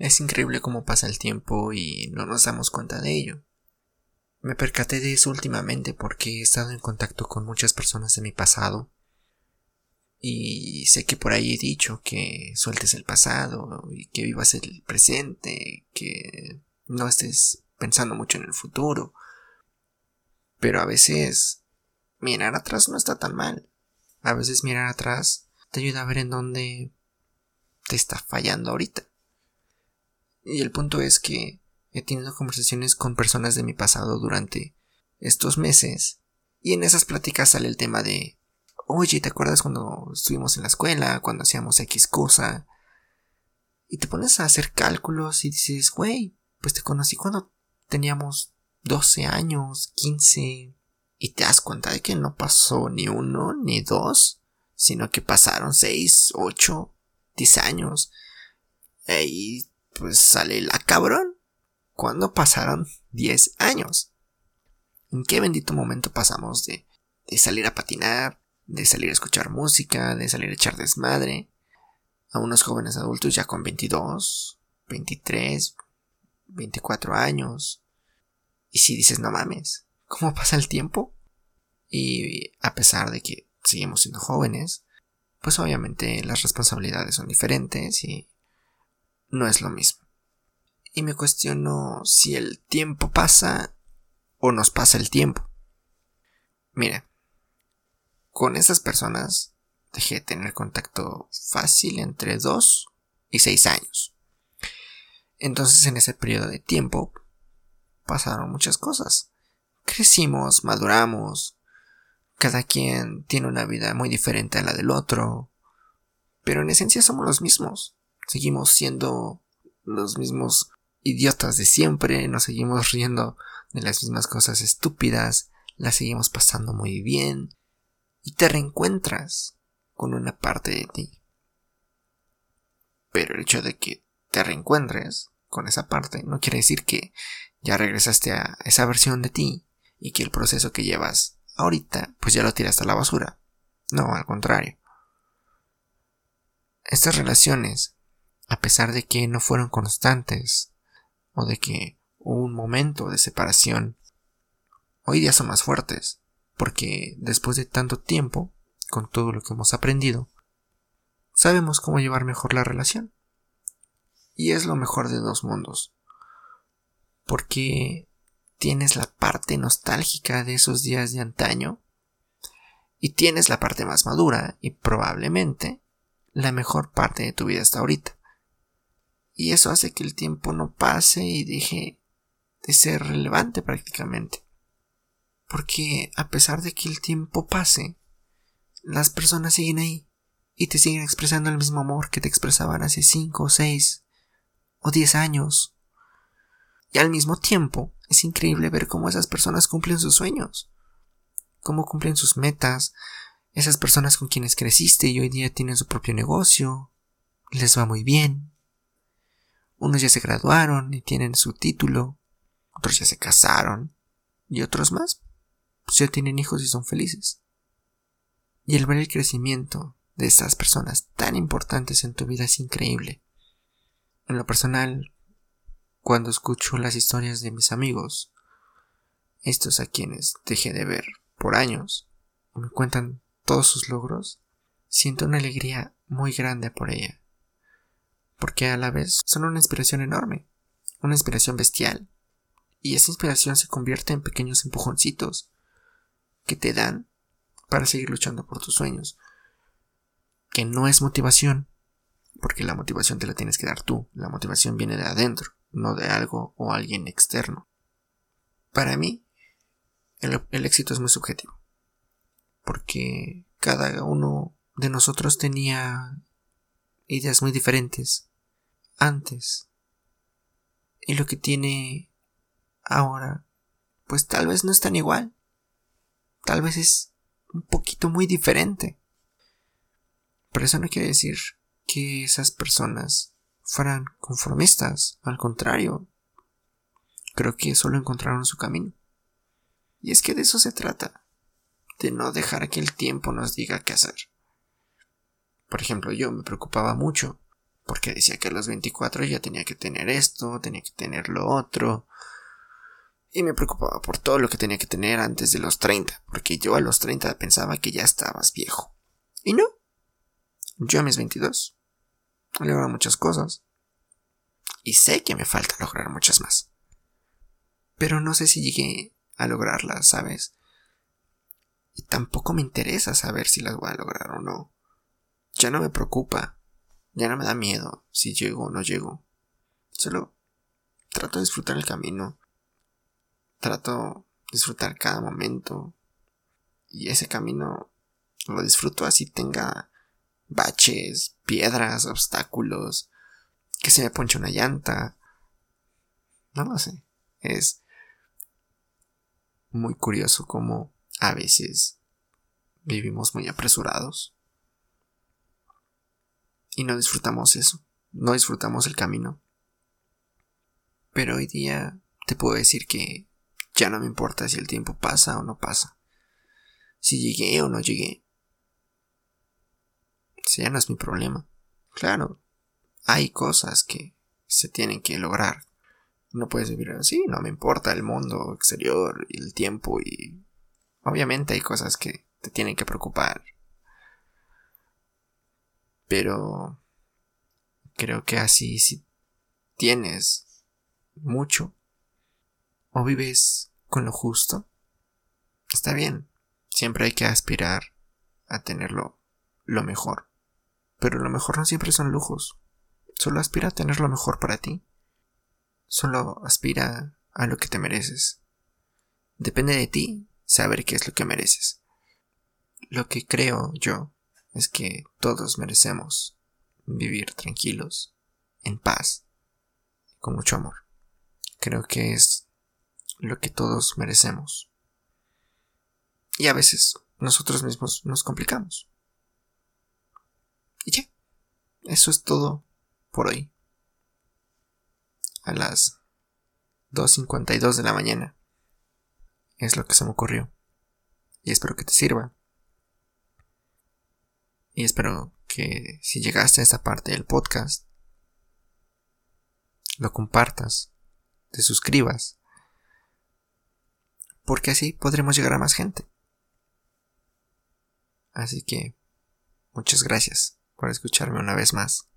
Es increíble cómo pasa el tiempo y no nos damos cuenta de ello. Me percaté de eso últimamente porque he estado en contacto con muchas personas de mi pasado y sé que por ahí he dicho que sueltes el pasado y que vivas el presente, que no estés pensando mucho en el futuro. Pero a veces mirar atrás no está tan mal. A veces mirar atrás te ayuda a ver en dónde te está fallando ahorita. Y el punto es que he tenido conversaciones con personas de mi pasado durante estos meses y en esas pláticas sale el tema de: oye, ¿te acuerdas cuando estuvimos en la escuela, cuando hacíamos X cosa? Y te pones a hacer cálculos y dices: güey, pues te conocí cuando teníamos 12 años, 15, y te das cuenta de que no pasó ni uno ni dos, sino que pasaron 6, 8, 10 años. Y pues sale la cabrón. ¿Cuándo pasaron 10 años? ¿En qué bendito momento pasamos de salir a patinar, de salir a escuchar música, de salir a echar desmadre, a unos jóvenes adultos ya con 22, 23, 24 años? Y si dices: no mames, ¿cómo pasa el tiempo? Y a pesar de que seguimos siendo jóvenes, pues obviamente las responsabilidades son diferentes y no es lo mismo. Y me cuestiono si el tiempo pasa o nos pasa el tiempo. Mira, con esas personas dejé de tener contacto fácil entre 2 y 6 años. Entonces en ese periodo de tiempo pasaron muchas cosas. Crecimos, maduramos, cada quien tiene una vida muy diferente a la del otro, pero en esencia somos los mismos. Seguimos siendo los mismos idiotas de siempre, nos seguimos riendo de las mismas cosas estúpidas, las seguimos pasando muy bien y te reencuentras con una parte de ti. Pero el hecho de que te reencuentres con esa parte no quiere decir que ya regresaste a esa versión de ti y que el proceso que llevas ahorita pues ya lo tiraste a la basura. No, al contrario. Estas relaciones, a pesar de que no fueron constantes o de que hubo un momento de separación, hoy día son más fuertes, porque después de tanto tiempo, con todo lo que hemos aprendido, sabemos cómo llevar mejor la relación. Y es lo mejor de dos mundos, porque tienes la parte nostálgica de esos días de antaño y tienes la parte más madura y probablemente la mejor parte de tu vida hasta ahorita. Y eso hace que el tiempo no pase y deje de ser relevante prácticamente. Porque a pesar de que el tiempo pase, las personas siguen ahí y te siguen expresando el mismo amor que te expresaban hace 5, 6 o 10 años. Y al mismo tiempo es increíble ver cómo esas personas cumplen sus sueños, cómo cumplen sus metas. Esas personas con quienes creciste y hoy día tienen su propio negocio, les va muy bien. Unos ya se graduaron y tienen su título, otros ya se casaron y otros más pues ya tienen hijos y son felices. Y el ver el crecimiento de estas personas tan importantes en tu vida es increíble. En lo personal, cuando escucho las historias de mis amigos, estos a quienes dejé de ver por años, y me cuentan todos sus logros, siento una alegría muy grande por ella. Porque a la vez son una inspiración enorme, una inspiración bestial, y esa inspiración se convierte en pequeños empujoncitos que te dan para seguir luchando por tus sueños, que no es motivación, porque la motivación te la tienes que dar tú, la motivación viene de adentro, no de algo o alguien externo. Para mí, el éxito es muy subjetivo, porque cada uno de nosotros tenía ideas muy diferentes antes, y lo que tiene ahora pues tal vez no es tan igual, tal vez es un poquito muy diferente, pero eso no quiere decir que esas personas fueran conformistas. Al contrario, creo que solo encontraron su camino, y es que de eso se trata, de no dejar que el tiempo nos diga qué hacer. Por ejemplo, yo me preocupaba mucho porque decía que a los 24 ya tenía que tener esto, tenía que tener lo otro, y me preocupaba por todo lo que tenía que tener antes de los 30, porque yo a los 30 pensaba que ya estabas viejo. Y no, yo a mis 22 logro muchas cosas, y sé que me falta lograr muchas más, pero no sé si llegué a lograrlas, ¿sabes? Y tampoco me interesa saber si las voy a lograr o no. Ya no me preocupa, ya no me da miedo si llego o no llego. Solo trato de disfrutar el camino, trato de disfrutar cada momento, y ese camino lo disfruto así tenga baches, piedras, obstáculos, que se me ponche una llanta. No lo sé. Es muy curioso cómo a veces vivimos muy apresurados y no disfrutamos eso, no disfrutamos el camino. Pero hoy día te puedo decir que ya no me importa si el tiempo pasa o no pasa, si llegué o no llegué. Ese ya no es mi problema. Claro, hay cosas que se tienen que lograr. No puedes vivir así, no me importa el mundo exterior y el tiempo, y obviamente hay cosas que te tienen que preocupar. Pero creo que así, si tienes mucho o vives con lo justo, está bien. Siempre hay que aspirar a tenerlo lo mejor. Pero lo mejor no siempre son lujos. Solo aspira a tener lo mejor para ti. Solo aspira a lo que te mereces. Depende de ti saber qué es lo que mereces. Lo que creo yo es que todos merecemos vivir tranquilos, en paz, con mucho amor. Creo que es lo que todos merecemos. Y a veces nosotros mismos nos complicamos. Y ya, eso es todo por hoy. A las 2:52 de la mañana es lo que se me ocurrió. Y espero que te sirva. Y espero que si llegaste a esta parte del podcast, lo compartas, te suscribas, porque así podremos llegar a más gente. Así que muchas gracias por escucharme una vez más.